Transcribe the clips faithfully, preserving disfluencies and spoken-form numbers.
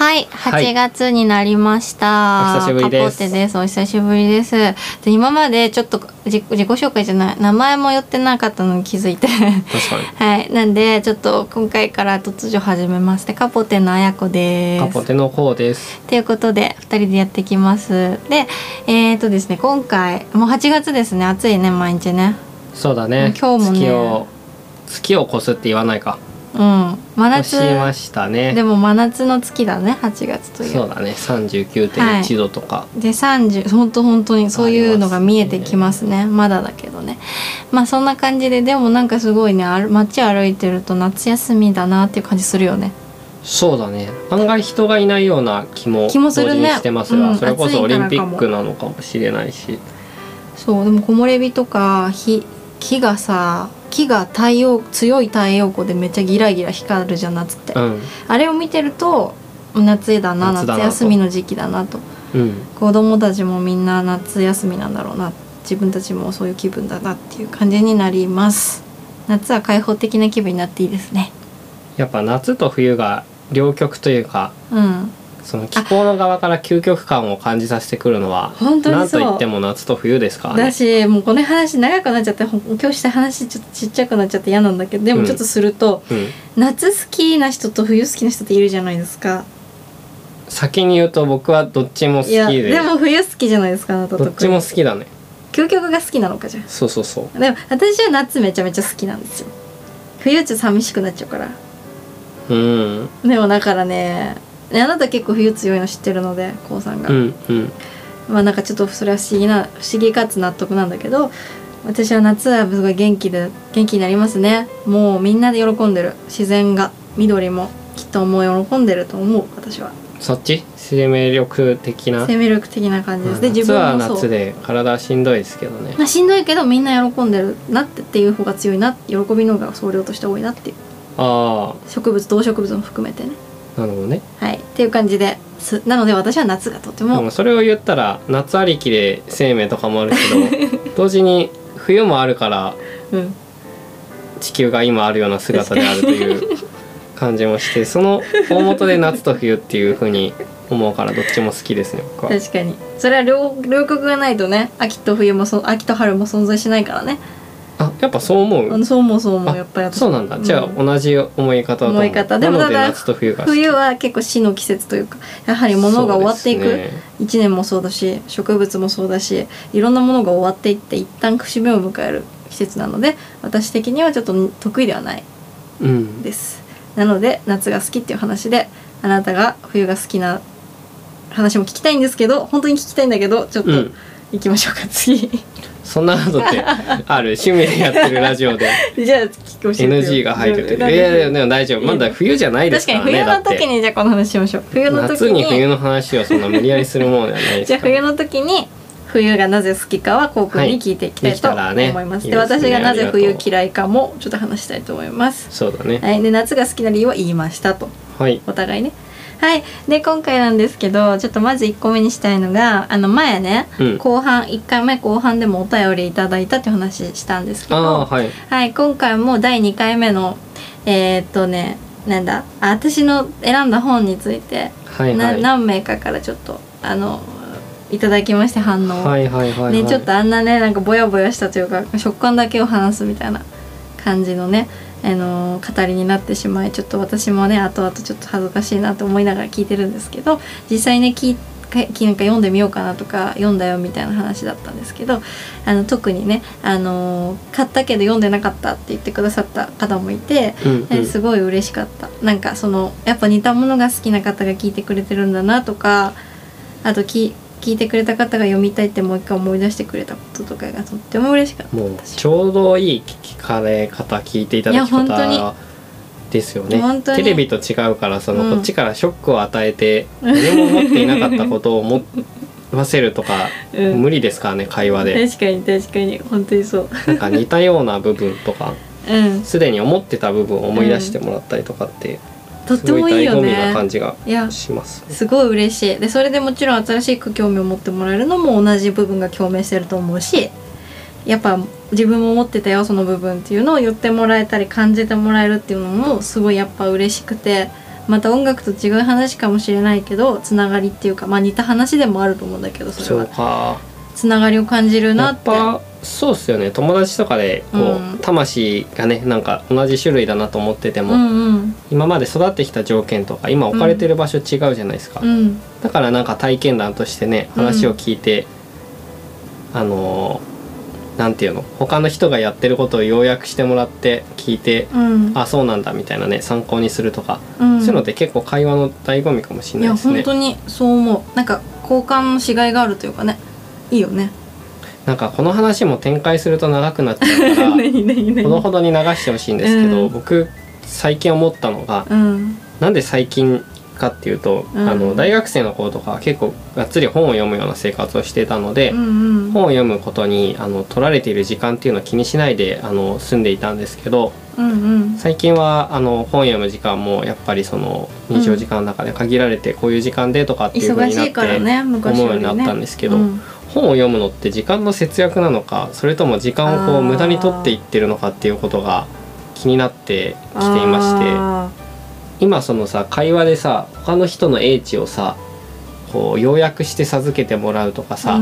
はい、はちがつになりました。 お久しぶりです。 カポテです。お久しぶりです。で、今までちょっと自己、自己紹介じゃない、名前も言ってなかったのに気づいて。 確かに。 はい、なんでちょっと今回から突如始めます。で、カポテのあやこです。 カポテのこうです。 ということでふたりでやっていきます。で、えーとですね、今回もうはちがつですね。暑いね、毎日ね。 そうだね。 今日もね、 月を月を越すって言わないか。 うん、真夏越しましたね。 でも真夏の月だね、はちがつという。 そうだね、さんじゅうきゅうてんいちどとか、 はい、でさんじゅう本当本当にそういうのが見えてきますね。まだだけどね。まあそんな感じで、でもなんかすごいね、街歩いてると夏休みだなっていう感じするよね。 そうだね、案外人がいないような気も気もするね。 同時にしてますが、 うん、 それこそオリンピックなのかもしれないし。 そうでも木漏れ日とか火木がさ木が太陽強い太陽光でめっちゃギラギラ光るじゃん、夏って、うん、あれを見てると夏だな、夏休みの時期だなと、うん、子供たちもみんな夏休みなんだろうな、自分たちもそういう気分だなっていう感じになります。夏は開放的な気分になっていいですね。 やっぱ夏と冬が両極というか、うん、その気候の側から究極感を感じさせてくるのは本当にそう、 なんといっても夏と冬ですからね。 だし、もうこの話長くなっちゃって、今日した話ちょっとちっちゃくなっちゃって嫌なんだけど、でもちょっとすると、うんうん、夏好きな人と冬好きな人っているじゃないですか。 先に言うと僕はどっちも好きで。いやでも冬好きじゃないですか、あなたと。 どっちも好きだね。 究極が好きなのかじゃん。 そうそうそう。 でも私は夏めちゃめちゃ好きなんですよ。冬ちょっと寂しくなっちゃうから。うん。でもだからね、あなた結構冬強いの知ってるので、こうさんが、うんうん、まあなんかちょっとそれは不思議な不思議かつ納得なんだけど、私は夏はすごい元気で元気になりますね。もうみんなで喜んでる、自然が緑もきっともう喜んでると思う。私はそっち生命力的な生命力的な感じです。で、 自分もそう、夏は夏で体はしんどいですけどね、 まあ、しんどいけどみんな喜んでるなってっていう方が強いな、喜びの方が総量として多いなっていう。ああ、植物動植物も含めてね。 なるほどね。 はい、っていう感じですなので私は夏がとても、 でもそれを言ったら夏ありきで生命とかもあるけど同時に冬もあるから、うん、地球が今あるような姿であるという感じもして、その大元で夏と冬っていう風に思うからどっちも好きですね、僕は。 確かにそれは 両, 両極がないとね、秋と冬もそ秋と春も存在しないからね。 あ、やっぱそう思う。 あのそう思うそう思う、やっぱりそうなんだ、うん、じゃあ同じ思い方だと思う。 思い方でもただ夏と冬が好き。冬は結構死の季節というか、やはり物が終わっていく、ね、いちねんもそうだし植物もそうだし、いろんなものが終わっていって一旦節目を迎える季節なので、私的にはちょっと得意ではないです、うん、なので夏が好きっていう話で、あなたが冬が好きな話も聞きたいんですけど、本当に聞きたいんだけど、ちょっと行きましょうか、うん、次。 そんなことってある趣味でやってるラジオでじゃあ聞くエヌジー が入るって。いやいやでも大丈夫、まだ冬じゃないですからね。 確かに冬の時にじゃあこの話しましょう。冬の時に夏に冬の話をそんな無理やりするものではないですから。 じゃあ冬の時に冬がなぜ好きかはこうくんに聞いていきたいと思います。はい、で, ね、で私がなぜ冬嫌いかもちょっと話したいと思います。 そうだね。 はい、で夏が好きな理由は言いましたと、はい、お互いね。はい、で今回なんですけど、ちょっとまずいっこめにしたいのが、あの前ね、うん、後半いっかいめ後半でもお便りいただいたって話したんですけど、はい、はい、今回もだいにかいめのえー、っとねなんだあ私の選んだ本について、はいはい、な何名かからちょっとあのいただきまして、反応を、はいはいはいはい、ね、ちょっとあんなねなんかぼやぼやしたというか食感だけを話すみたいな感じのね、あのー、語りになってしまい、ちょっと私もね後々ちょっと恥ずかしいなと思いながら聞いてるんですけど、実際ね聞きなんか読んでみようかなとか読んだよみたいな話だったんですけど、あの特にね、あのー、買ったけど読んでなかったって言ってくださった方もいて、うんうん、すごい嬉しかった。なんかそのやっぱ似たものが好きな方が聞いてくれてるんだなとか、あとき聞いてくれた方が読みたいってもう一回思い出してくれたこととかがとっても嬉しかった。 もうちょうどいい聞かれ方聞いていただき方ですよね。テレビと違うから、その、うん、こっちからショックを与えて何も思っていなかったことを思わせるとか、うん、無理ですからね、会話で。 確かに確かに本当にそう。 なんか似たような部分とかすで、うん、に思ってた部分を思い出してもらったりとかって、 とってもいいよね。すごい醍醐味な感じがします、 ね、すごい嬉しい。でそれでもちろん新しく興味を持ってもらえるのも同じ部分が共鳴してると思うし、やっぱ自分も思ってたよその部分っていうのを言ってもらえたり感じてもらえるっていうのもすごいやっぱ嬉しくて、 また音楽と違う話かもしれないけどつながりっていうか、まあ、似た話でもあると思うんだけど、それはそうか、 つながりを感じるなって。 やっぱそうっすよね。友達とかでこう、うん、魂がねなんか同じ種類だなと思ってても、うんうん、今まで育ってきた条件とか今置かれてる場所違うじゃないですか、うん、だからなんか体験談としてね話を聞いて、うん、あのなんていうの、他の人がやってることを要約してもらって聞いて、うん、あそうなんだみたいなね参考にするとか、うん、そういうのって結構会話の醍醐味かもしれないですね。 いや本当にそう思う。なんか交換のしがいがあるというかね、いいよね。 なんかこの話も展開すると長くなっちゃうからほどほどに流してほしいんですけど、うん、僕最近思ったのが、うん、なんで最近かっていうと、うん、あの大学生の頃とか結構がっつり本を読むような生活をしてたので、うんうん、本を読むことにあの取られている時間っていうのを気にしないであの住んでいたんですけど、うんうん、最近はあの本読む時間もやっぱりそのにじゅうよじかんの中で限られてこういう時間でとかっていう風になって思うようになったんですけど、本を読むのって時間の節約なのか、それとも時間をこう無駄に取っていってるのかっていうことが気になってきていまして、今そのさ会話でさ他の人の英知をさこう要約して授けてもらうとかさ、うん、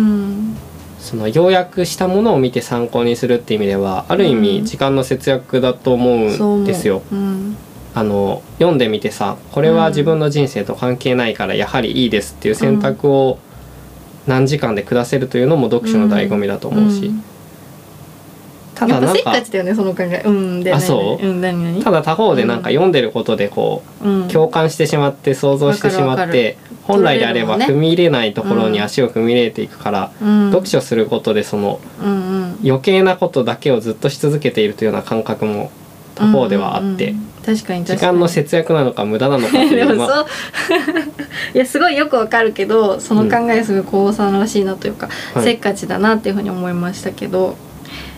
その要約したものを見て参考にするっていう意味ではある意味時間の節約だと思うんですよ、うん、あの読んでみてさこれは自分の人生と関係ないからやはりいいですっていう選択を何時間で下せるというのも読書の醍醐味だと思うし、うん、 ただなんかせっかちだよねその考え、うんであそう、うん、何々ただ他方でなんか読んでることでこう、うん、共感してしまって想像してしまって本来であれば踏み入れないところに足を踏み入れていくから、うん、読書することでその、うんうん、余計なことだけをずっとし続けているというような感覚も他方ではあって、うんうんうん、 確かに確かに時間の節約なのか無駄なのかっていうのはいやすごいよくわかるけどその考えすごい高さんらしいなというか、うん、せっかちだなっていうふうに思いましたけど、はい、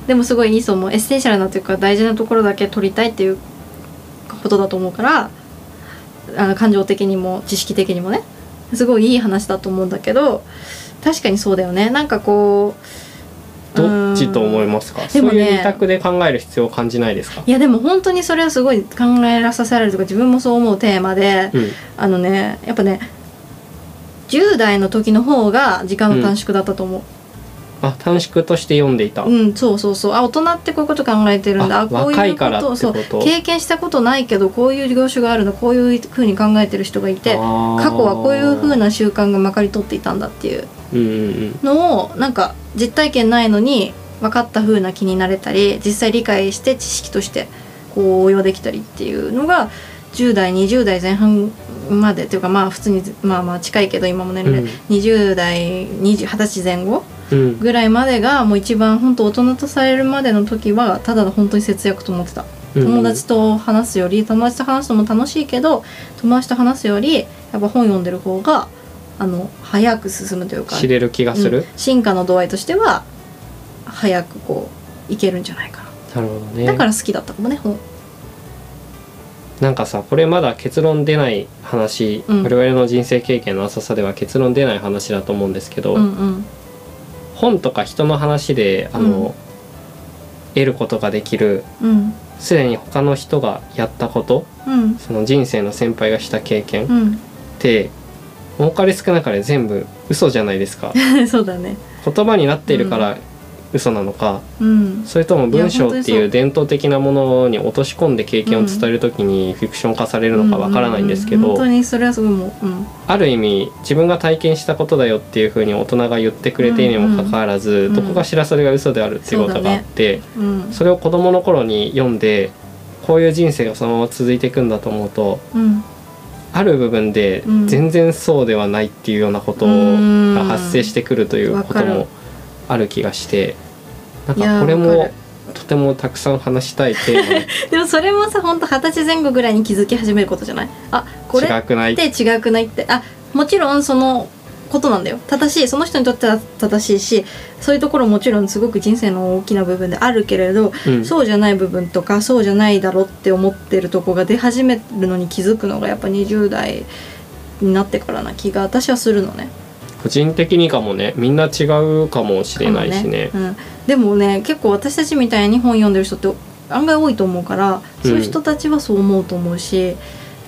でもすごいいいと思う。エッセンシャルなというか大事なところだけ取りたいっていうことだと思うからあの感情的にも知識的にもねすごいいい話だと思うんだけど、確かにそうだよね。なんかこうどっちと思いますか？でもね、そういう二択で考える必要を感じないですか？ いやでも本当にそれはすごい考えらさせられるとか自分もそう思うテーマで、うん、あのねやっぱねじゅう代の時の方が時間の短縮だったと思う、 うん、あ短縮として読んでいた。 うんそうそうそう。あ大人ってこういうこと考えてるんだ。あこういうことをそう経験したことないけどこういう業種があるのこういうふうに考えてる人がいて過去はこういうふうな習慣がまかり通っていたんだっていうのをなんか実体験ないのに分かった風な気になれたり実際理解して知識としてこう応用できたりっていうのがじゅう代にじゅう代前半までっていうかまあ普通にまあまあ近いけど今も年齢、うん、にじゅう代にじゅう、はたち前後ぐらいまでがもう一番本当大人とされるまでの時はただの本当に節約と思ってた。友達と話すより友達と話すのも楽しいけど友達と話すよりやっぱ本読んでる方があの早く進むというか知れる気がする、うん、 進化の度合いとしては早くこういけるんじゃないかな。 なるほどね。 だから好きだったかもね本。 なんかさこれまだ結論出ない話、うん、我々の人生経験の浅さでは結論出ない話だと思うんですけど、うんうん、本とか人の話であの、うん、得ることができるすで、うん、に他の人がやったこと、うん、その人生の先輩がした経験、うん、って多かれ少なかれ全部嘘じゃないですかそうだね。 言葉になっているから嘘なのか、うん、それとも文章っていう伝統的なものに落とし込んで経験を伝えるときにフィクション化されるのかわからないんですけど、 本当にそれはすごいもう、うん、 ある意味自分が体験したことだよっていうふうに大人が言ってくれているにもかかわらず、うんうん、どこかしらそれが嘘であるっていうことがあって、 そ,、ねうん、それを子どもの頃に読んでこういう人生がそのまま続いていくんだと思うと、うんある部分で全然そうではないっていうようなことが発生してくるということもある気がして、なんかこれもとてもたくさん話したいテーマでもそれもさ本当二十歳前後ぐらいに気づき始めることじゃない？あこれって違くないって、あもちろんそのことなんだよ。正しいその人にとっては正しいしそういうところもちろんすごく人生の大きな部分であるけれど、うん、そうじゃない部分とかそうじゃないだろって思ってるとこが出始めるのに気づくのがやっぱにじゅう代になってからな気が私はするのね。 個人的にかもねみんな違うかもしれないし ね, ね、うん、 でもね結構私たちみたいに本読んでる人って案外多いと思うから、そういう人たちはそう思うと思うし、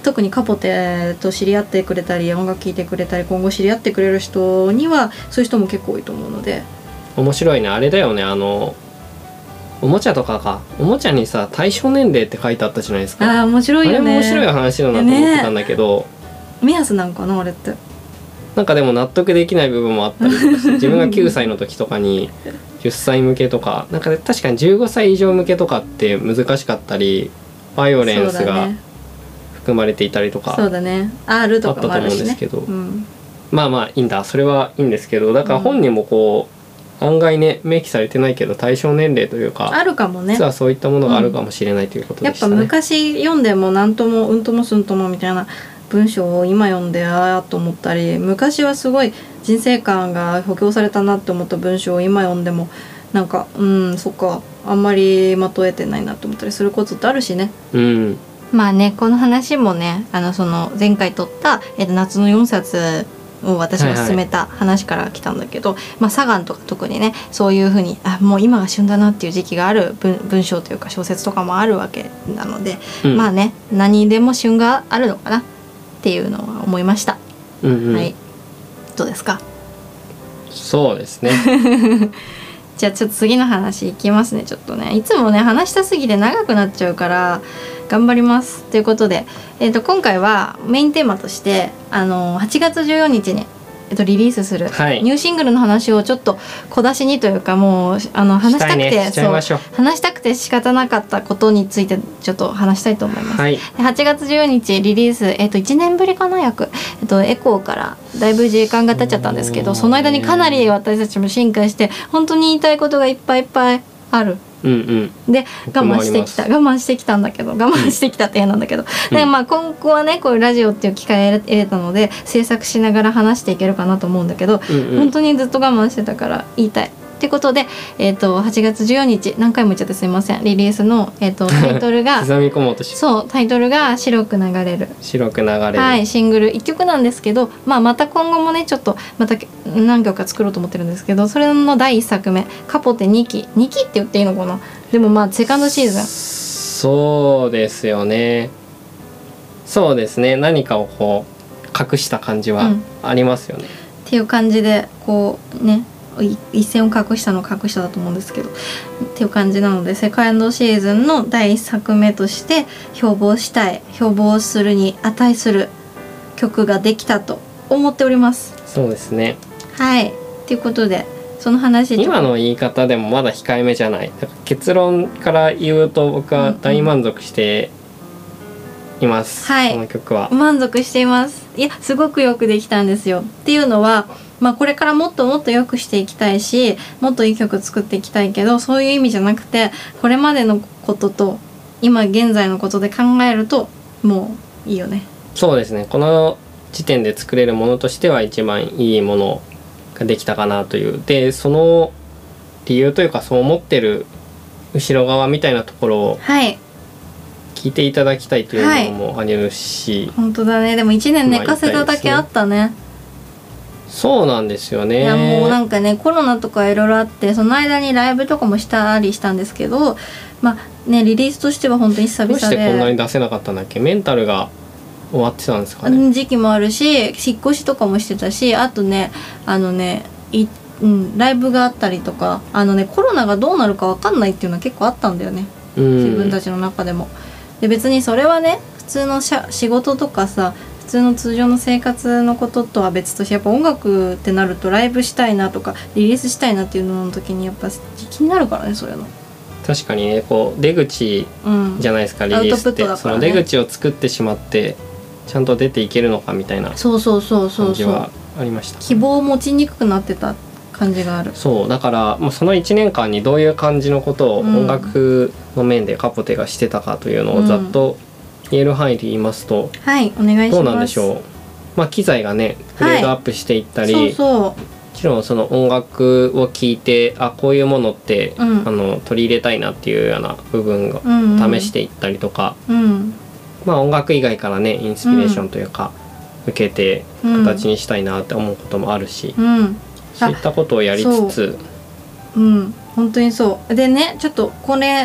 特にカポテと知り合ってくれたり音楽聴いてくれたり今後知り合ってくれる人にはそういう人も結構多いと思うので。 面白いね。あれだよね、あのおもちゃとかか、おもちゃにさ対象年齢って書いてあったじゃないですか。 ああ面白いよね。 あれも面白い話だなと思ってたんだけど、ね、 目安なんかなあれって。 なんかでも納得できない部分もあったりとかして自分がきゅうさいの時とかにじゅっさい向けとかなんか確かにじゅうごさい以上向けとかって難しかったりバイオレンスが含まれていたりとかそうだね R とかもあるしね、あったと思うんですけど、 うん、まあまあいいんだ、それはいいんですけど、だから本人もこう、うん、案外ね明記されてないけど対象年齢というかあるかもね、 実はそういったものがあるかもしれないということでしたね、 うん、やっぱ昔読んでもなんともうんともすんともみたいな文章を今読んでああと思ったり、昔はすごい人生観が補強されたなって思った文章を今読んでもなんかうんそっかあんまりまとえてないなと思ったりすることってあるしね。 うん、 まあねこの話もねあのその前回撮った、えー、と夏のよんさつを私が勧めた話から来たんだけど、はいはい、まあ、サガンとか特にねそういうふうにあもう今が旬だなっていう時期がある 文, 文章というか小説とかもあるわけなので、うん、まあね何でも旬があるのかなっていうのは思いました、 うんうん、 はい、どうですか？ そうですねじゃあちょっと次の話いきますね。ちょっとねいつもね話したすぎて長くなっちゃうから頑張りますということで、えー、と今回はメインテーマとしてあのはちがつじゅうよっかにに、えー、とリリースするニューシングルの話をちょっと小出しにというかもうあの話したくてしたいね、しちゃいましょう。 そう話したくて仕方なかったことについてちょっと話したいと思います、 はい、 はちがつじゅうよっかにリリース、えー、といちねんぶりかな約、えー、とエコーからだいぶ時間が経っちゃったんですけどその間にかなり私たちも進化して本当に言いたいことがいっぱいいっぱいある。 うんうん、 で我慢してきた我慢してきたんだけど我慢してきたって変なんだけど、うん、でまあ今後はねこういうラジオっていう機会を得れたので制作しながら話していけるかなと思うんだけど、うんうん、本当にずっと我慢してたから言いたいってことで、えー、とはちがつじゅうよっか何回も言っちゃってすいませんリリースの、えー、とタイトルが刻み込もうとしそうタイトルが白く流れる白く流れる、 はい、シングルいっきょくなんですけど、まあ、また今後もねちょっとまた何曲か作ろうと思ってるんですけどそれのだいいっさくめカポテにきにきって言っていいのかな。でもまあセカンドシーズンそうですよね。そうですね何かをこう隠した感じはありますよね、うん、 っていう感じでこうね一線を隠したの隠しただと思うんですけどっていう感じなのでセカンドシーズンのだいいっさくめとして標榜したい標榜するに値する曲ができたと思っております。 そうですね。 はいということでその話今の言い方でもまだ控えめじゃない。だから結論から言うと僕は大満足しています、 うんうん、 この曲は満足しています。いやすごくよくできたんですよ。っていうのはまあ、これからもっともっと良くしていきたいしもっといい曲作っていきたいけどそういう意味じゃなくてこれまでのことと今現在のことで考えるともういいよね。 そうですねこの時点で作れるものとしては一番いいものができたかなという。でその理由というかそう思ってる後ろ側みたいなところを聞いていただきたいというのもあるし、はい、 本当だね。でもいちねん寝かせただけあったね。 そうなんですよね。 いやもうなんかねコロナとかいろいろあってその間にライブとかもしたりしたんですけどまあねリリースとしては本当に久々でどうしてこんなに出せなかったんだっけ。メンタルが終わってたんですかね。 時期もあるし引っ越しとかもしてたしあとねあのねい、うん、ライブがあったりとかあのねコロナがどうなるか分かんないっていうのは結構あったんだよね、うん、自分たちの中でも。で別にそれはね普通のしゃ仕事とかさ普通の通常の生活のこととは別としてやっぱ音楽ってなるとライブしたいなとかリリースしたいなっていうのの時にやっぱ気になるからねそういうの。 確かにねこう出口じゃないですか、うん、リリースって、ね、その出口を作ってしまってちゃんと出ていけるのかみたいな感じはありました。 希望を持ちにくくなってた感じがある。 そうだからもうそのいちねんかんにどういう感じのことを音楽の面でカポテがしてたかというのをざっと言える範囲で言いますと、 うん、はいお願いします。 どうなんでしょう。まあ機材がねグレードアップしていったり、はい、そうそうもちろんその音楽を聴いてあこういうものって、うん、あの取り入れたいなっていうような部分が試していったりとか、うんうん、まあ音楽以外からねインスピレーションというか、うん、受けて形にしたいなって思うこともあるし、うん、そういったことをやりつつうん本当にそうでねちょっとこれ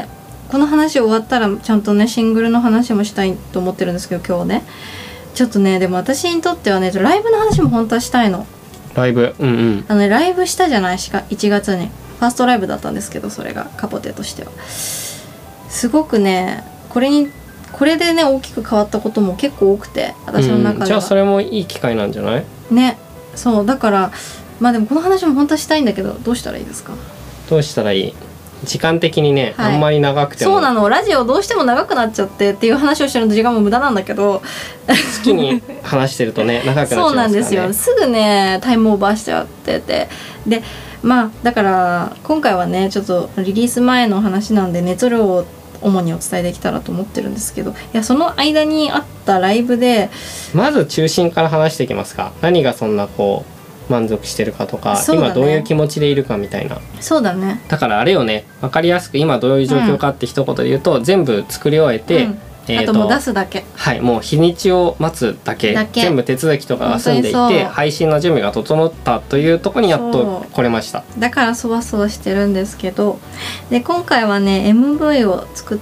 この話終わったらちゃんとねシングルの話もしたいと思ってるんですけど、今日ねちょっとねでも私にとってはねライブの話も本当はしたいの。 ライブ、うんうん、 あの、ね、ライブしたじゃないしかいちがつにファーストライブだったんですけど、それがカポテとしてはすごくねこれにこれでね大きく変わったことも結構多くて、私の中では、うん、 じゃあそれもいい機会なんじゃないね。そうだからまあでもこの話も本当はしたいんだけど、どうしたらいいですか？ どうしたらいい？時間的にね、はい、あんまり長くてもそうなの、ラジオどうしても長くなっちゃってっていう話をしてると時間も無駄なんだけど、好きに話してるとね長くなっちゃいますからね。そうなんですよ、 すぐねタイムオーバーしちゃってて、でまあだから今回はねちょっとリリース前の話なんで熱量を主にお伝えできたらと思ってるんですけど、いやその間にあったライブでまず中心から話していきますか。何がそんなこう満足してるかとか、ね、今どういう気持ちでいるかみたいな。 そうだね。 だからあれよね、分かりやすく今どういう状況かって一言で言うと、うん、全部作り終えて、うんえー、 あともう出すだけ。 はい、もう日にちを待つだけ。だけ全部手続きとかが済んでいて配信の準備が整ったというところにやっと来れました。 だからそわそわしてるんですけど、で今回はね エムブイ を作って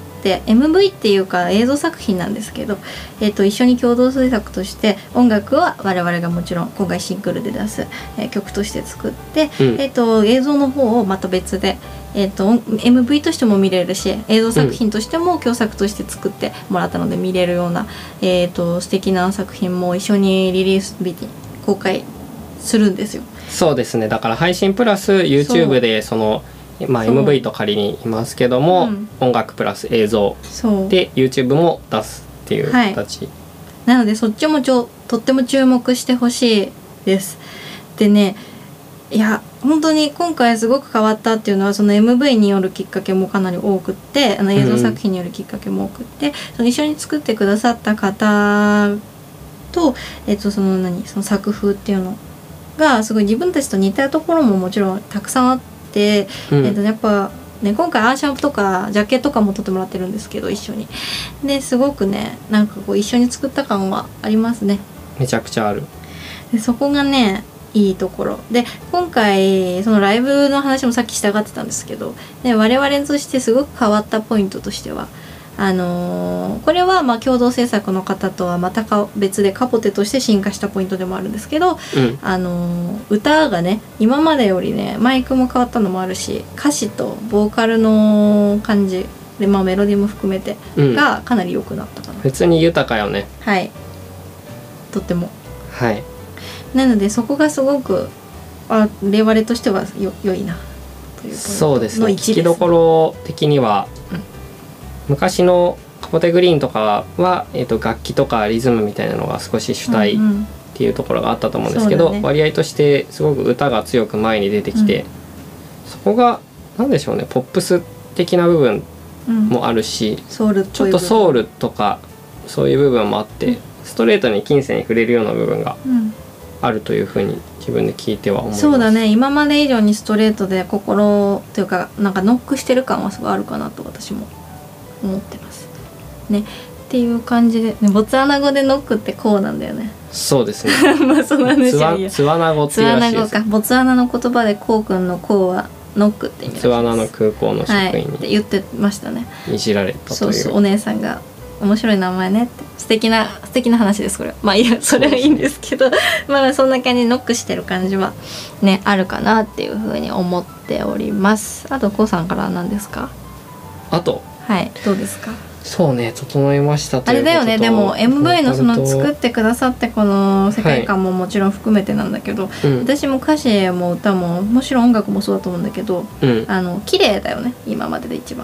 エムブイ っていうか映像作品なんですけど、えー、と一緒に共同制作として音楽は我々がもちろん今回シングルで出す、えー、曲として作って、うんえー、と映像の方をまた別で、えー、と エムブイ としても見れるし映像作品としても共作として作ってもらったので見れるような、えー、と素敵な作品も一緒にリリース日に公開するんですよ。 そうですね、だから配信プラス YouTube でそのまあ、エムブイ と仮にいますけども、うん、音楽プラス映像で YouTube も出すっていう形、はい、 なのでそっちもちょとっても注目してほしいです。でねいや本当に今回すごく変わったっていうのはその エムブイ によるきっかけもかなり多くってあの映像作品によるきっかけも多くって、うん、その一緒に作ってくださった方と、えっと、その何その作風っていうのがすごい自分たちと似たところももちろんたくさんあってでうん、えー、とやっぱね今回アーシャンプとかジャケとかも撮ってもらってるんですけど一緒にですごくねなんかこう一緒に作った感はありますね。 めちゃくちゃある。 でそこがねいいところで今回そのライブの話もさっきしたがってたんですけどで我々としてすごく変わったポイントとしてはあのー、これはまあ共同制作の方とはまたか別でカポテとして進化したポイントでもあるんですけど、うん、あのー、歌がね今までよりねマイクも変わったのもあるし歌詞とボーカルの感じで、まあ、メロディーも含めてがかなり良くなったかな、 うん、別に豊かよね。 はいとってもはいなのでそこがすごくあ我々としてはよ良いなというそうですね。聞きどころ的には、うん昔のカポテグリーンとかは、えー、と楽器とかリズムみたいなのが少し主体っていうところがあったと思うんですけど、うんうんね、割合としてすごく歌が強く前に出てきて、うん、そこが何でしょうねポップス的な部分もあるし、うん、 ソウルっぽい部分ちょっとソウルとかそういう部分もあって、うん、ストレートに近世に触れるような部分があるというふうに自分で聞いては思います。 そうだね今まで以上にストレートで心というかなんかノックしてる感はすごいあるかなと私も思ってますねっていう感じで、ね、ボツワナ語でノックってこうなんだよね。 そうですねまあその話はいいやツワナ語っていうらしいです。 ツワナ語かボツワナの言葉でこうくんのこうはノックって意味です。 ツワナの空港の職員に、はい、 って言ってましたね。 いじられたというそうそうお姉さんが面白い名前ねって素敵な素敵な話ですこれは。まあいやそれはいいんですけどまあそんな感じにノックしてる感じはねあるかなっていうふうに思っております。あとこうさんから何ですか？ あとはいどうですか？ そうね整いましたということとあれだよねでも エムブイ のその作ってくださってこの世界観ももちろん含めてなんだけど、はい、私も歌詞も歌ももちろん音楽もそうだと思うんだけど、うん、あの綺麗だよね今までで一番。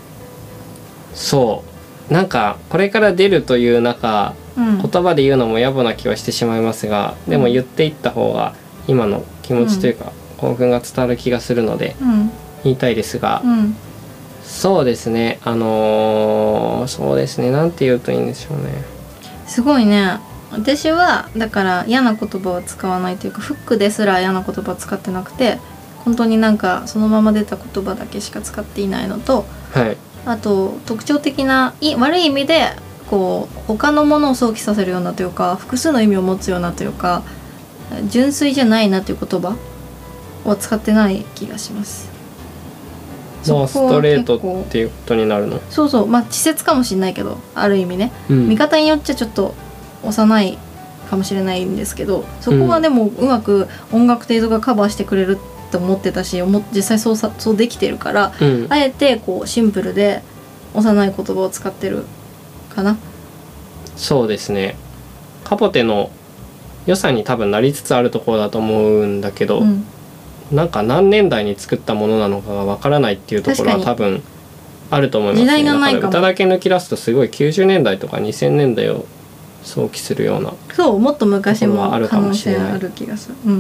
そうなんかこれから出るという中、うん、言葉で言うのも野暮な気はしてしまいますがでも言っていった方が今の気持ちというか、うん、興奮が伝わる気がするので、うん、言いたいですが、うんそうですねあのー、そうですねなんて言うといいんでしょうね。 すごいね私はだから嫌な言葉は使わないというかフックですら嫌な言葉使ってなくて本当になんかそのまま出た言葉だけしか使っていないのと、はい、あと特徴的ない悪い意味でこう他のものを想起させるようなというか複数の意味を持つようなというか純粋じゃないなという言葉を使ってない気がします。 まあストレートっていうことになるの。 そうそう、まあ稚拙かもしれないけど、ある意味ね、うん、見方によっちゃちょっと幼いかもしれないんですけど、そこはでもうまく音楽と映像がカバーしてくれるって思ってたし、実際そうさそうできてるから、うん、あえてこうシンプルで幼い言葉を使ってるかな。 そうですね、カポテの良さに多分なりつつあるところだと思うんだけど、うん、なんか何年代に作ったものなのかがわからないっていうところは多分あると思いますね。 時代がないかも。 だから歌だけ抜き出すとすごいきゅうじゅうねんだいとかにせんねんだいを想起するような、 そうもっと昔も可能性ある気がする。うん、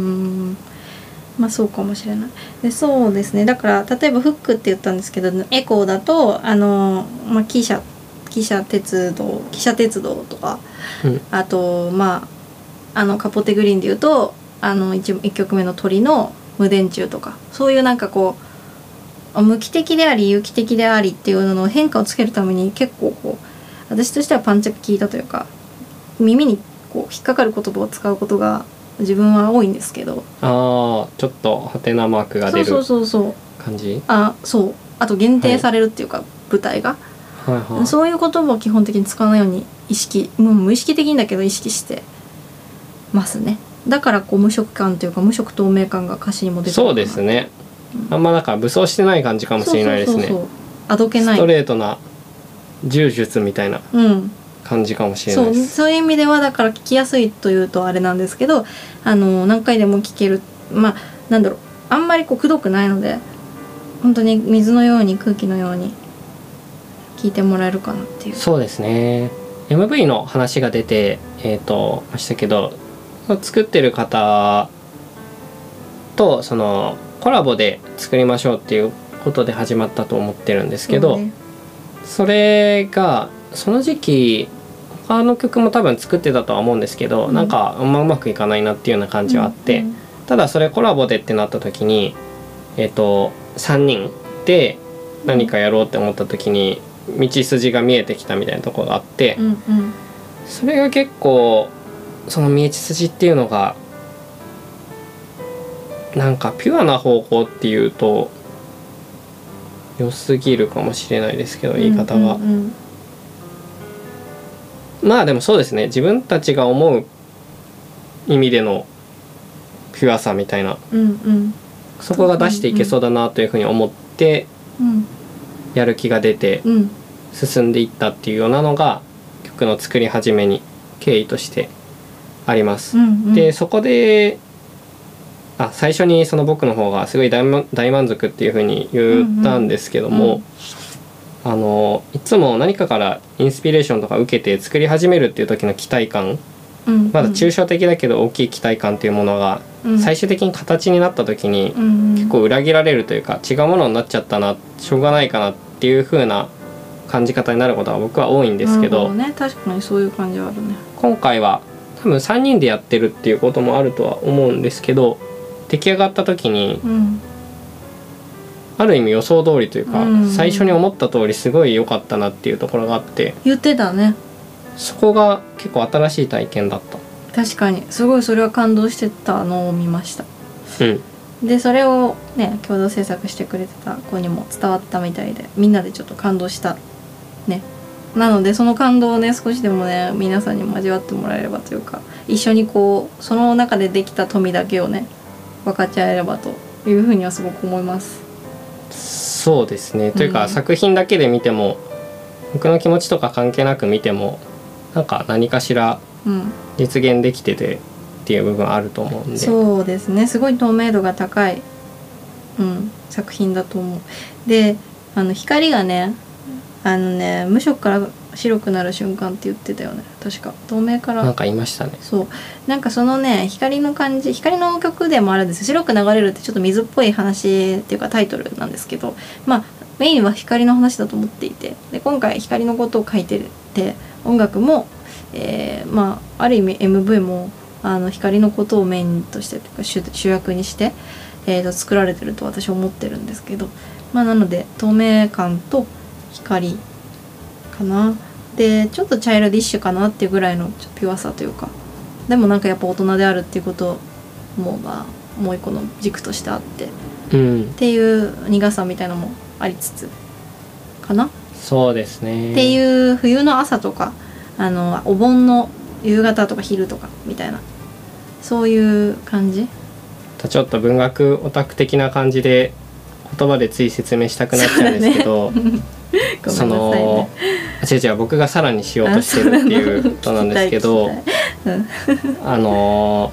まあそうかもしれない。でそうですね、だから例えばフックって言ったんですけど、エコーだとあの、まあ、汽車汽車鉄道汽車鉄道とか、うん、あとまああのカポテグリーンで言うとあの 1, いっきょくめの鳥の無電柱とか、そういうなんかこう無機的であり有機的でありっていうのの変化をつけるために結構こう私としてはパンチが効いたというか、耳にこう引っかかる言葉を使うことが自分は多いんですけど、 ああちょっとハテナマークが出るそうそうそうそう感じ。 あそうあと限定されるっていうか、はい、舞台が、はいはい、そういう言葉を基本的に使わないように意識、もう無意識的にだけど意識してますね。だからこう無色感というか無色透明感が歌詞にも出てる。 そうですね、うん、あんまなんか武装してない感じかもしれないですね。 そうそうそうそう、あどけないストレートな柔術みたいな感じかもしれないです、 うん、そう、そういう意味ではだから聞きやすいというとあれなんですけど、あの何回でも聞ける、まあなんだろう、あんまりこうくどくないので本当に水のように空気のように聞いてもらえるかなっていう。 そうですね、 エムブイ の話が出てえっ、ー、とましたけど、作ってる方とそのコラボで作りましょうっていうことで始まったと思ってるんですけど、 そ,、ね、それがその時期他の曲も多分作ってたとは思うんですけど、うん、なんかあんまうまくいかないなっていうような感じはあって、うんうん、ただそれコラボでってなった時にえっ、ー、とさんにんで何かやろうって思った時に道筋が見えてきたみたいなところがあって、うんうん、それが結構その道筋っていうのがなんかピュアな方向っていうと良すぎるかもしれないですけど、言い方が、うんうんうん、まあでもそうですね、自分たちが思う意味でのピュアさみたいな、うんうん、そこが出していけそうだなというふうに思ってやる気が出て進んでいったっていうようなのが曲の作り始めに経緯としてあります、うんうん、でそこであ最初にその僕の方がすごい 大, 大満足っていう風に言ったんですけども、うんうん、あのいつも何かからインスピレーションとか受けて作り始めるっていう時の期待感、うんうん、まだ抽象的だけど大きい期待感っていうものが最終的に形になった時に結構裏切られるというか、違うものになっちゃったな、しょうがないかなっていう風な感じ方になることが僕は多いんですけど、 ね、確かにそういう感じはあるね。 今回は多分さんにんでやってるっていうこともあるとは思うんですけど、出来上がった時に、うん、ある意味予想通りというか、うん、最初に思った通りすごい良かったなっていうところがあって、 言ってたね。 そこが結構新しい体験だった。 確かにすごいそれは感動してたのを見ました、うん、でそれをね共同制作してくれてた子にも伝わったみたいで、みんなでちょっと感動したね。なのでその感動をね少しでもね皆さんにも味わってもらえればというか、一緒にこうその中でできた富だけをね分かち合えればというふうにはすごく思います。 そうですね、というか、うん、作品だけで見ても僕の気持ちとか関係なく見てもなんか何かしら実現できててっていう部分あると思うんで、うん、 そうですね、すごい透明度が高い、うん、作品だと思う。であの光がねあのね無色から白くなる瞬間って言ってたよね、確か。透明からなんか言いましたね。 そうなんかそのね光の感じ、光の曲でもあるんですよ。白く流れるってちょっと水っぽい話っていうかタイトルなんですけど、まあメインは光の話だと思っていて、で今回光のことを書いてて、音楽も、えー、まあある意味 エムブイ もあの光のことをメインとしてというか 主, 主役にして、えー、と作られてると私は思ってるんですけど、まあなので透明感と光かな。でちょっとチャイルディッシュかなっていうぐらいのピュアさというか、でもなんかやっぱ大人であるっていうこともまあもう一個の軸としてあって、 うん、 っていう苦さみたいなのもありつつかな。 そうですね。 っていう冬の朝とかあのお盆の夕方とか昼とかみたいなそういう感じ。 ちょっと文学オタク的な感じで言葉でつい説明したくなっちゃうんですけど、そ, その違う違う僕がさらにしようとしてるっていうことなんですけど、あの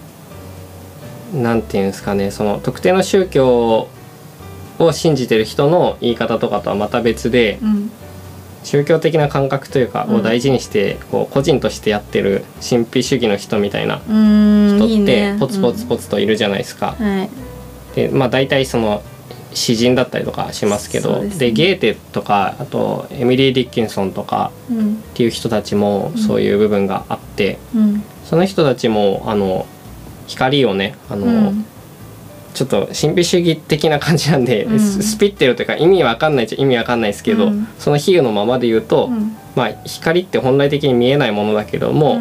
なんていうんですかね、その特定の宗教を信じてる人の言い方とかとはまた別で、うん、宗教的な感覚というかを大事にしてこう個人としてやってる神秘主義の人みたいな人ってポツポツポツといるじゃないですか。 うん、はい、 でまあ大体その詩人だったりとかしますけど、 で、ね、でゲーテとかあとエミリー・ディッキンソンとかっていう人たちもそういう部分があって、うん、その人たちもあの光をねあの、うん、ちょっと神秘主義的な感じなんで、うん、スピってるというか意味わかんないっちゃ意味わかんないですけど、うん、その比喩のままで言うと、うん、まあ光って本来的に見えないものだけども、うんうん、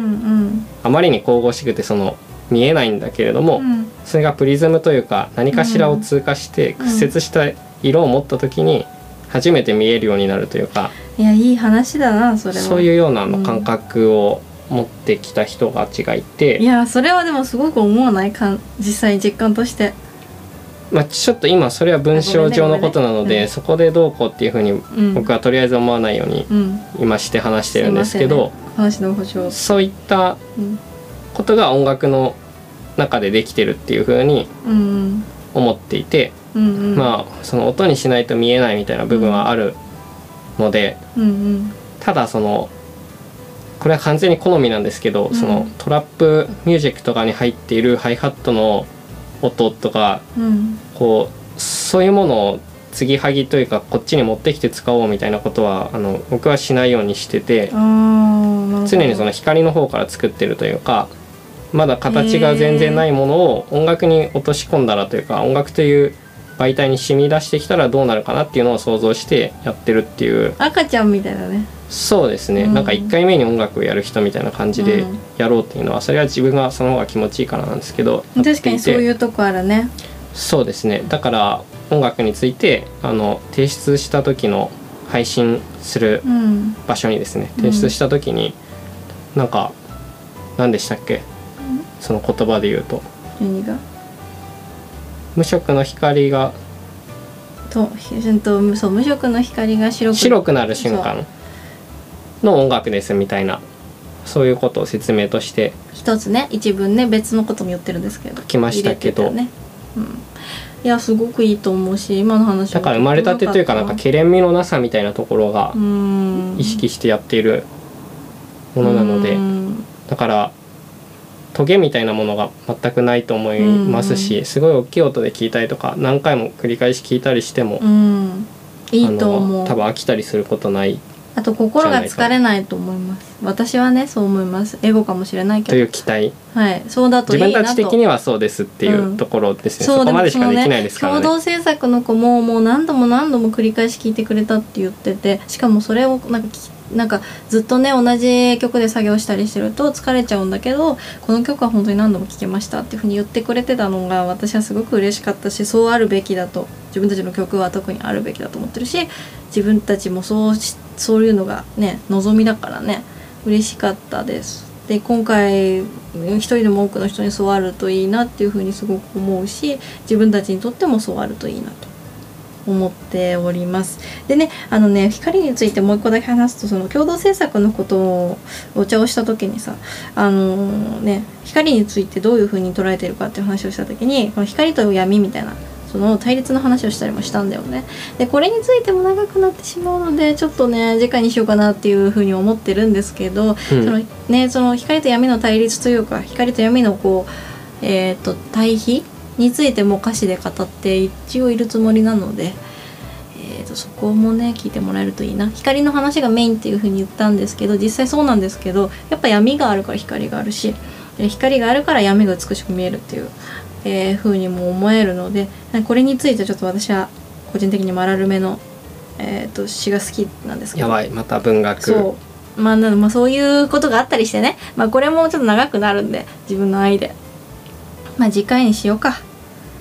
あまりに神々しくてその見えないんだけれども、うん、それがプリズムというか何かしらを通過して屈折した色を持った時に初めて見えるようになるというか、 いやいい話だなそれは。 そういうようなの感覚を持ってきた人がちがいて、 うん、いやそれはでもすごく思わないか実際実感として。 まあ、ちょっと今それは文章上のことなので、ねね、そこでどうこうっていうふうに僕はとりあえず思わないように今して話してるんですけど、うんね、 話の補償そういったことが音楽の中でできてるっていうふうに思っていて、うんうん、まあその音にしないと見えないみたいな部分はあるので、うんうん、ただそのこれは完全に好みなんですけど、うん、そのトラップミュージックとかに入っているハイハットの音とか、うん、こうそういうものを継ぎはぎというかこっちに持ってきて使おうみたいなことはあの僕はしないようにしてて、常にその光の方から作ってるというか、まだ形が全然ないものを音楽に落とし込んだらというか、音楽という媒体に染み出してきたらどうなるかなっていうのを想像してやってるっていう。 赤ちゃんみたいだね。 そうですね、うん、なんかいっかいめに音楽をやる人みたいな感じでやろうっていうのは、それは自分がその方が気持ちいいからなんですけど、 確かにそういうとこあるね。 そうですね、だから音楽についてあの提出した時の配信する場所にですね、うん、提出した時になんか何でしたっけ、うん、その言葉で言うと何が無色の光がとそう無色の光が白く、 白くなる瞬間の音楽ですみたいな、そういうことを説明として一つね一文ね別のことも言ってるんですけど書きましたけど、 ね、うん、いやすごくいいと思うし、今の話だから生まれたてというかなんかけれん味のなさみたいなところが意識してやっているものなので、だからトゲみたいなものが全くないと思いますし、すごい大きい音で聞いたりとか何回も繰り返し聞いたりしても、うん、 いいと思う。 多分飽きたりすることない。 あと心が疲れないと思います。私はねそう思います。エゴかもしれないけどという期待、 はい、そうだといいなと。 自分たち的にはそうですっていうところですね、うん、そこまでしかできないですからね。 共同制作の子ももう何度も何度も繰り返し聞いてくれたって言ってて、しかもそれをなんかなんかずっとね同じ曲で作業したりしてると疲れちゃうんだけど、この曲は本当に何度も聴けましたっていうふうに言ってくれてたのが私はすごく嬉しかったし、そうあるべきだと、自分たちの曲は特にあるべきだと思ってるし、自分たちもそうしそういうのがね望みだからね嬉しかったです。で今回一人でも多くの人にそうあるといいなっていうふうにすごく思うし、自分たちにとってもそうあるといいなと思っております。でねあのね光についてもう一個だけ話すと、その共同制作のことをお茶をした時にさ、あのね光についてどういうふうに捉えてるかっていう話をした時に、この光と闇みたいなその対立の話をしたりもしたんだよね。でこれについても長くなってしまうのでちょっとね次回にしようかなっていうふうに思ってるんですけど、うん、そのねその光と闇の対立というか光と闇のこうえっと対比についても歌詞で語って一応いるつもりなので、えー、とそこもね聞いてもらえるといいな。光の話がメインっていう風に言ったんですけど、実際そうなんですけど、やっぱ闇があるから光があるし、光があるから闇が美しく見えるっていう、えー、風にも思えるので、これについてちょっと私は個人的にマラルメの、えー、と詩が好きなんですけど、 やばいまた文学そうまあ、まあそういうことがあったりしてね、まあ、これもちょっと長くなるんで自分の愛でまあ次回にしようか。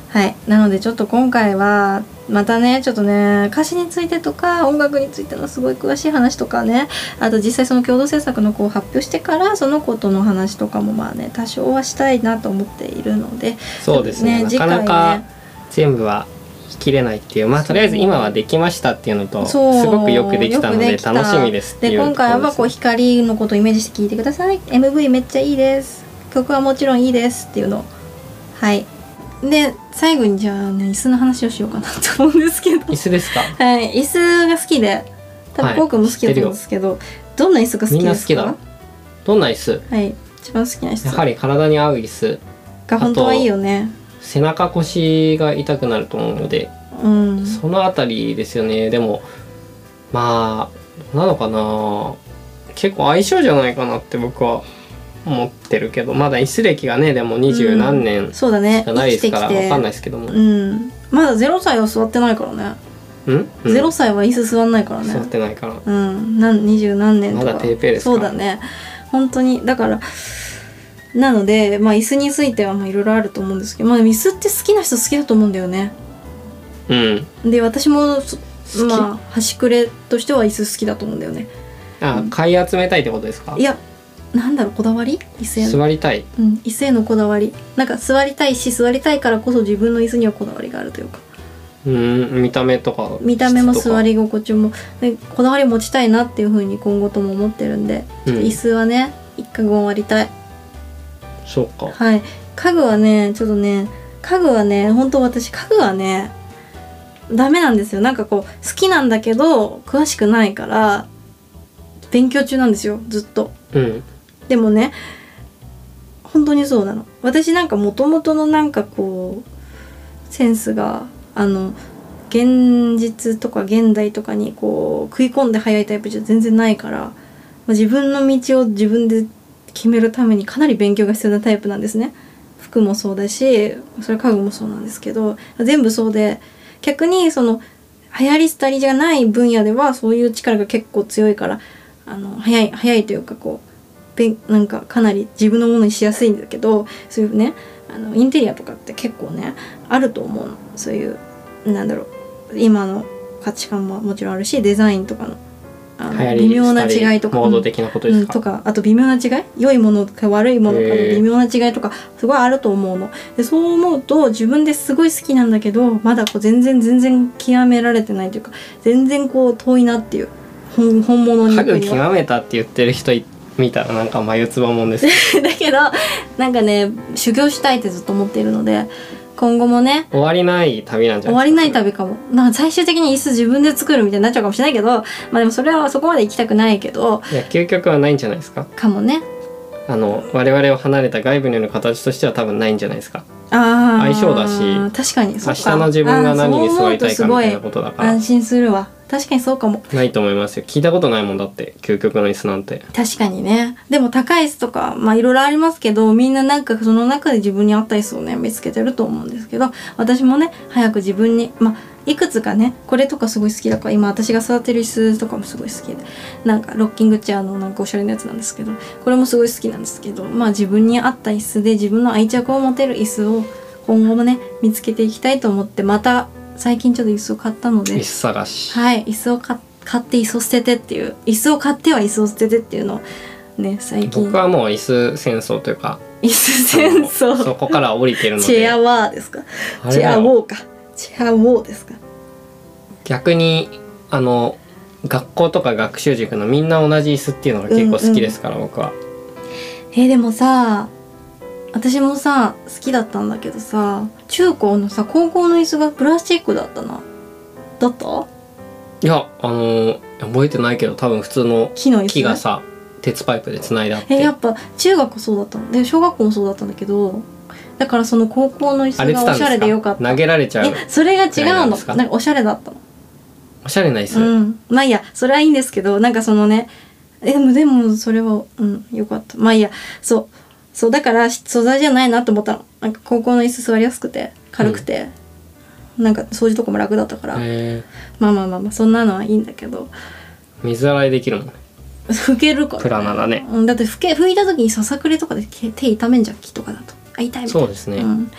はい、なのでちょっと今回はまたねちょっとね歌詞についてとか音楽についてのすごい詳しい話とかね、あと実際その共同制作の子を発表してからその子との話とかもまあね多少はしたいなと思っているので、 そうですね、なかなか全部は切れないっていう、まあとりあえず今はできましたっていうのとすごくよくできたので楽しみですっていうところです。 で今回はこう光のことをイメージして聴いてください、 エムブイ めっちゃいいです、曲はもちろんいいですっていうのを、はい。で最後にじゃあね椅子の話をしようかなと思うんですけど。 椅子ですか？ はい、椅子が好きで多分僕も好きだと思うんですけど、はい、どんな椅子が好きですか？みんな好きだ。 どんな椅子？ はい、一番好きな椅子。 やはり体に合う椅子が本当はいいよね。 背中腰が痛くなると思うので、うん、そのあたりですよね。でもまあなのかな、結構相性じゃないかなって僕は思ってるけど、まだ椅子歴がねでも二十何年しかないですから分かんないですけども、 うん、まだゼロさいは座ってないからね。 うんうん、 ゼロさいは椅子座んないからね。 座ってないから、 うん、なん二十何年とかまだペーペーですか。 そうだね本当に。だからなのでまあ椅子についてはまあいろいろあると思うんですけど、まあ、椅子って好きな人好きだと思うんだよね。 うん、 で私もまあ端くれとしては椅子好きだと思うんだよね。 あ、買い集めたいってことですか？ いやなんだろう、こだわり、椅子への座りたい、 うん、椅子へのこだわり、なんか座りたいし座りたいからこそ自分の椅子にはこだわりがあるというか、 うん、見た目とか見た目も座り心地もでこだわり持ちたいなっていう風に今後とも思ってるんで、ちょっと椅子はね、うん、一家具割りたい。 そうか。 はい。家具はねちょっとね家具はね本当私家具はねダメなんですよ。なんかこう好きなんだけど詳しくないから勉強中なんですよずっと。 うん。 でもね本当にそうなの。私なんかもともとのなんかこうセンスがあの現実とか現代とかにこう食い込んで速いタイプじゃ全然ないから、まあ、自分の道を自分で決めるためにかなり勉強が必要なタイプなんですね。服もそうだしそれ家具もそうなんですけど全部そうで、逆にその流行り廃りじゃない分野ではそういう力が結構強いからあの早い早いというかこうなんかかなり自分のものにしやすいんだけど、そういうねあのインテリアとかって結構ねあると思うの。そういうなんだろう今の価値観ももちろんあるしデザインとかのあの微妙な違いとかモード的なことですか、 うん、とかあと微妙な違い良いものか悪いものかの微妙な違いとかすごいあると思うので、そう思うと自分ですごい好きなんだけどまだこう全然全然極められてないというか全然こう遠いなっていう本, 本物に家具極めたって言ってる人見たらなんか眉唾もんですだけどなんかね修行したいってずっと思っているので今後もね終わりない旅なんじゃないですか。 終わりない旅かも。なんか最終的に椅子自分で作るみたいになっちゃうかもしれないけど、まあでもそれはそこまで行きたくないけど、 いや究極はないんじゃないですか。 かもね。 あの我々を離れた外部による形としては多分ないんじゃないですか。 あ相性だし確かに明日の自分が何に座りたいかみたいなことだから安心するわ。確かにそうかも。 ないと思いますよ。聞いたことないもんだって究極の椅子なんて。 確かにね。でも高い椅子とかまあいろいろありますけど、みんななんかその中で自分に合った椅子をね見つけてると思うんですけど、私もね早く自分にまあいくつかねこれとかすごい好きだから今私が座ってる椅子とかもすごい好きで、なんかロッキングチェアのなんかおしゃれなやつなんですけど、これもすごい好きなんですけど、まあ自分に合った椅子で自分の愛着を持てる椅子を今後もね見つけていきたいと思ってまた最近ちょっと椅子を買ったので椅子探しはい椅子を買買って椅子を捨ててっていう椅子を買っては椅子を捨ててっていうのをね最近僕はもう椅子戦争というか椅子戦争そこから降りてるのでチェアワーですかチェアウォーかチェアウォーですか。 逆にあの学校とか学習塾のみんな同じ椅子っていうのが結構好きですから、うんうん、僕は。 えー、でもさ私もさ好きだったんだけどさ中高のさ高校の椅子がプラスチックだったな。だった？ いやあのー、覚えてないけど多分普通の木の椅子木がさ鉄パイプでつないであって。 えやっぱ中学そうだったので小学校もそうだったんだけど、だからその高校の椅子がおしゃれでよかった。 投げられちゃう。 えそれが違うの。なんかおしゃれだったの。 おしゃれな椅子、 うん、まあいいやそれはいいんですけど、なんかそのねえでもでもそれはうんよかった。まあいいやそうそうだから素材じゃないなと思ったの。なんか高校の椅子座りやすくて軽くて、うん、なんか掃除とかも楽だったから、まあまあまあまあそんなのはいいんだけど水洗いできるもんね。 拭けるから、ね、 プラならね、 うん、だって拭け拭いた時にささくれとかで手痛めんじゃん木とかだとあ痛いみたいな。 そうですね、 うん、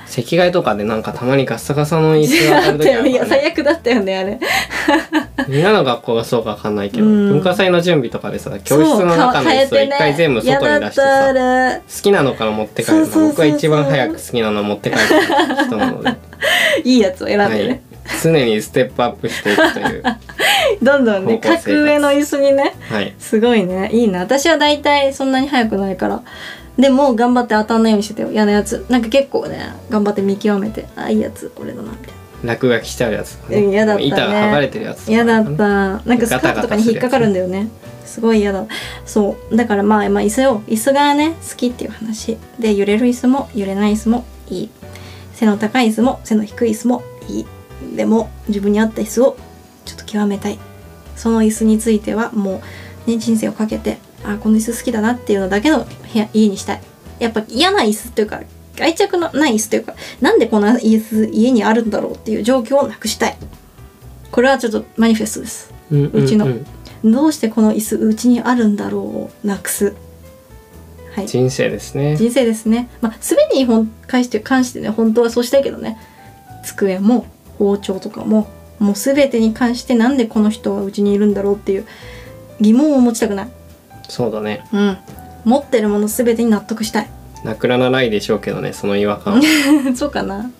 席替えとかでなんかたまにガッサガサの椅子が当たる時あるから、ね、 いや最悪だったよねあれみんなの学校がそうかわかんないけど、うん、文化祭の準備とかでさ教室の中の椅子を一回全部外に出してさ、ね、好きなのから持って帰るの。僕は一番早く好きなの持って帰る人なのでいいやつを選んでね、はい、 常にステップアップしていくというどんどんね格上の椅子にね、 はい、 すごいねいいな。私はだいたいそんなに早くないからでも頑張って当たんないようにしてたよ嫌なやつ。なんか結構ね頑張って見極めてあいいやつこれだなみたいな。 落書きしてあるやつとかね、 嫌だったね。 板が剥がれてるやつとか、ね、 嫌だった。なんかスカートとかに引っかかるんだよね。すごい嫌だ。そうだからまあ、まあ、椅子を椅子がね好きっていう話で、揺れる椅子も揺れない椅子もいい、背の高い椅子も背の低い椅子もいい。でも自分に合った椅子をちょっと極めたい。その椅子についてはもう、ね、人生をかけてあこの椅子好きだなっていうのだけの部屋家にしたい。やっぱ嫌な椅子っていうか愛着のない椅子というか、なんでこんな椅子家にあるんだろうっていう状況をなくしたい。これはちょっとマニフェストです、うんうんうん、うちのどうしてこの椅子うちにあるんだろうをなくす、 はい、人生ですね。 人生ですね。まあ全てに関して関してね本当はそうしたいけどね、机も包丁とかももう全てに関してなんでこの人はうちにいるんだろうっていう疑問を持ちたくない。 そうだね、 うん、持ってるもの全てに納得したい。 なくならないでしょうけどねその違和感そうかな。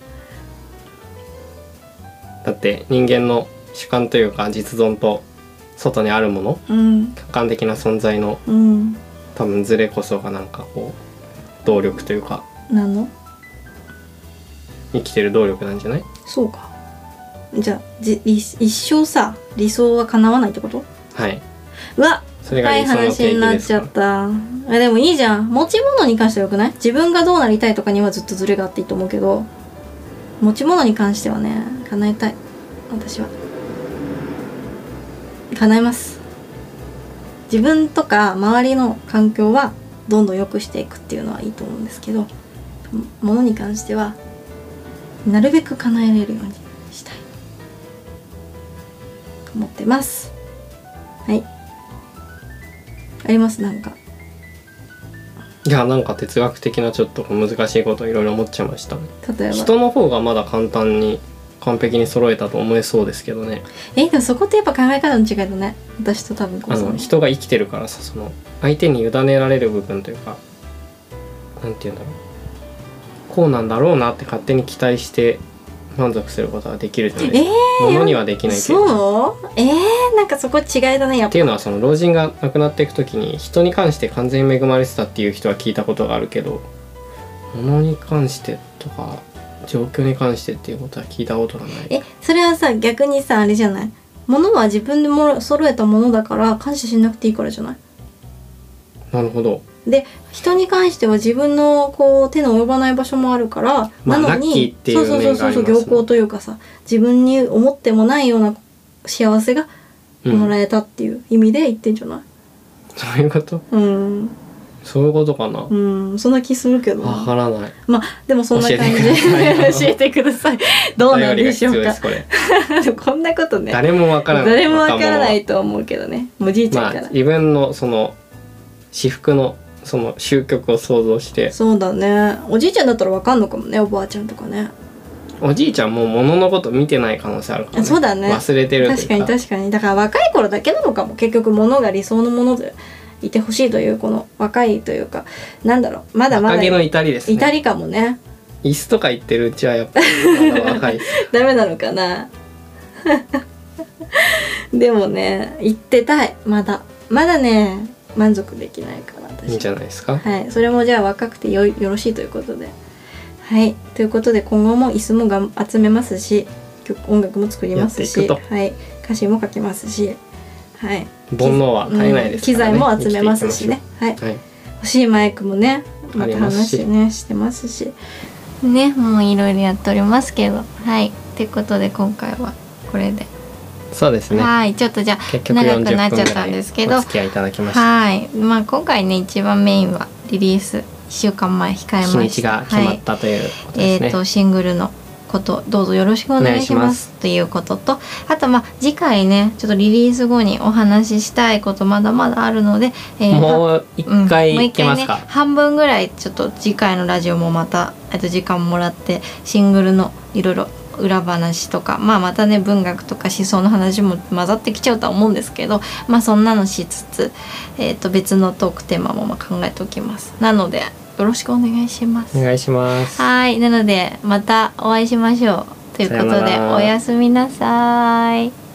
だって人間の主観というか実存と外にあるもの、うん、客観的な存在の、うん、多分ズレこそがなんかこう動力というか何の生きてる動力なんじゃない？ そうか。じゃあじ一生さ理想は叶わないってこと？ はい。 うわそれが理想の定義ですか？ 深い話になっちゃった。あでもいいじゃん。持ち物に関してはよくない？自分がどうなりたいとかにはずっとズレがあっていいと思うけど、持ち物に関してはね叶えたい。私は叶えます。自分とか周りの環境はどんどん良くしていくっていうのはいいと思うんですけど、物に関してはなるべく叶えれるようにしたいと思ってます。はい。ありますなんか？ いやなんか哲学的なちょっと難しいこといろいろ思っちゃいましたね。 例えば人の方がまだ簡単に完璧に揃えたと思えそうですけどね。 えでもそこってやっぱ考え方の違いだね。私と多分こうあの人が生きてるからさ、その相手に委ねられる部分というかなんていうんだろう、こうなんだろうなって勝手に期待して満足することができるじゃないですか。えー、物にはできないけど。 そうえー、なんかそこ違いだねやっぱ。 っていうのはその老人が亡くなっていく時に人に関して完全に恵まれてたっていう人は聞いたことがあるけど、物に関してとか状況に関してっていうことは聞いたことがない。 えそれはさ逆にさあれじゃない、物は自分でも揃えたものだから感謝しなくていいからじゃない？ なるほど。 で人に関しては自分のこう手の及ばない場所もあるから、 まあ、 なのにラッキーっていう面がありますね。 そうそうそうそう、良好というかさ自分に思ってもないような幸せがもらえたっていう意味で言ってんじゃない？うん、 そういうこと？うんそういうことかな。 うんそんな気するけどわからない。 まあでもそんな感じで教えてください。どうなんでしょうか。これでもこんなことね誰もわからない。 誰もわからないと思うけどね。おじいちゃんから、 まあ、自分のその至福のその終局を想像して。 そうだね。おじいちゃんだったらわかんのかもね。おばあちゃんとかね。 おじいちゃんもう物のこと見てない可能性あるから、ね、 そうだね。 忘れてるというか。 確かに確かに。だから若い頃だけなのかも。結局物が理想のものでいてほしいというこの若いというかなんだろうまだまだ若気の至りですね。 至りかもね。 椅子とか言ってるうちはやっぱりまだ若いダメなのかなでもね言ってたい。まだまだね満足できないから私。 いいんじゃないですか。 はい、それもじゃあ若くてよよろしいということで、はいということで今後も椅子もが集めますし曲音楽も作りますし、はい、歌詞も書きますし、はい、 煩悩は絶えないですからね、 うん、機材も集めますしね、はいはい、欲しいマイクもねまた話ねしてますしね、もういろいろやっておりますけど、はいということで今回はこれで。 そうですね。 はい、ちょっとじゃあ長くなっちゃったんですけど、 お付き合いいただきました。 はい、まあ今回ね一番メインはリリースいっしゅうかんまえ控えました。 日にちが決まったということですね。 えっとシングルのことどうぞよろしくお願いしますということと、あとまあ次回ねちょっとリリース後にお話ししたいことまだまだあるので、 えー、もう一回いけますか、 うん、もう一回ね半分ぐらいちょっと次回のラジオもまたあと時間もらってシングルのいろいろ裏話とか、まあ、またね文学とか思想の話も混ざってきちゃうとは思うんですけど、まあそんなのしつつ、えー、と別のトークテーマもまあ考えておきます。なのでよろしくお願いします。 お願いします。 はい、なのでまたお会いしましょうということで、おやすみなさい。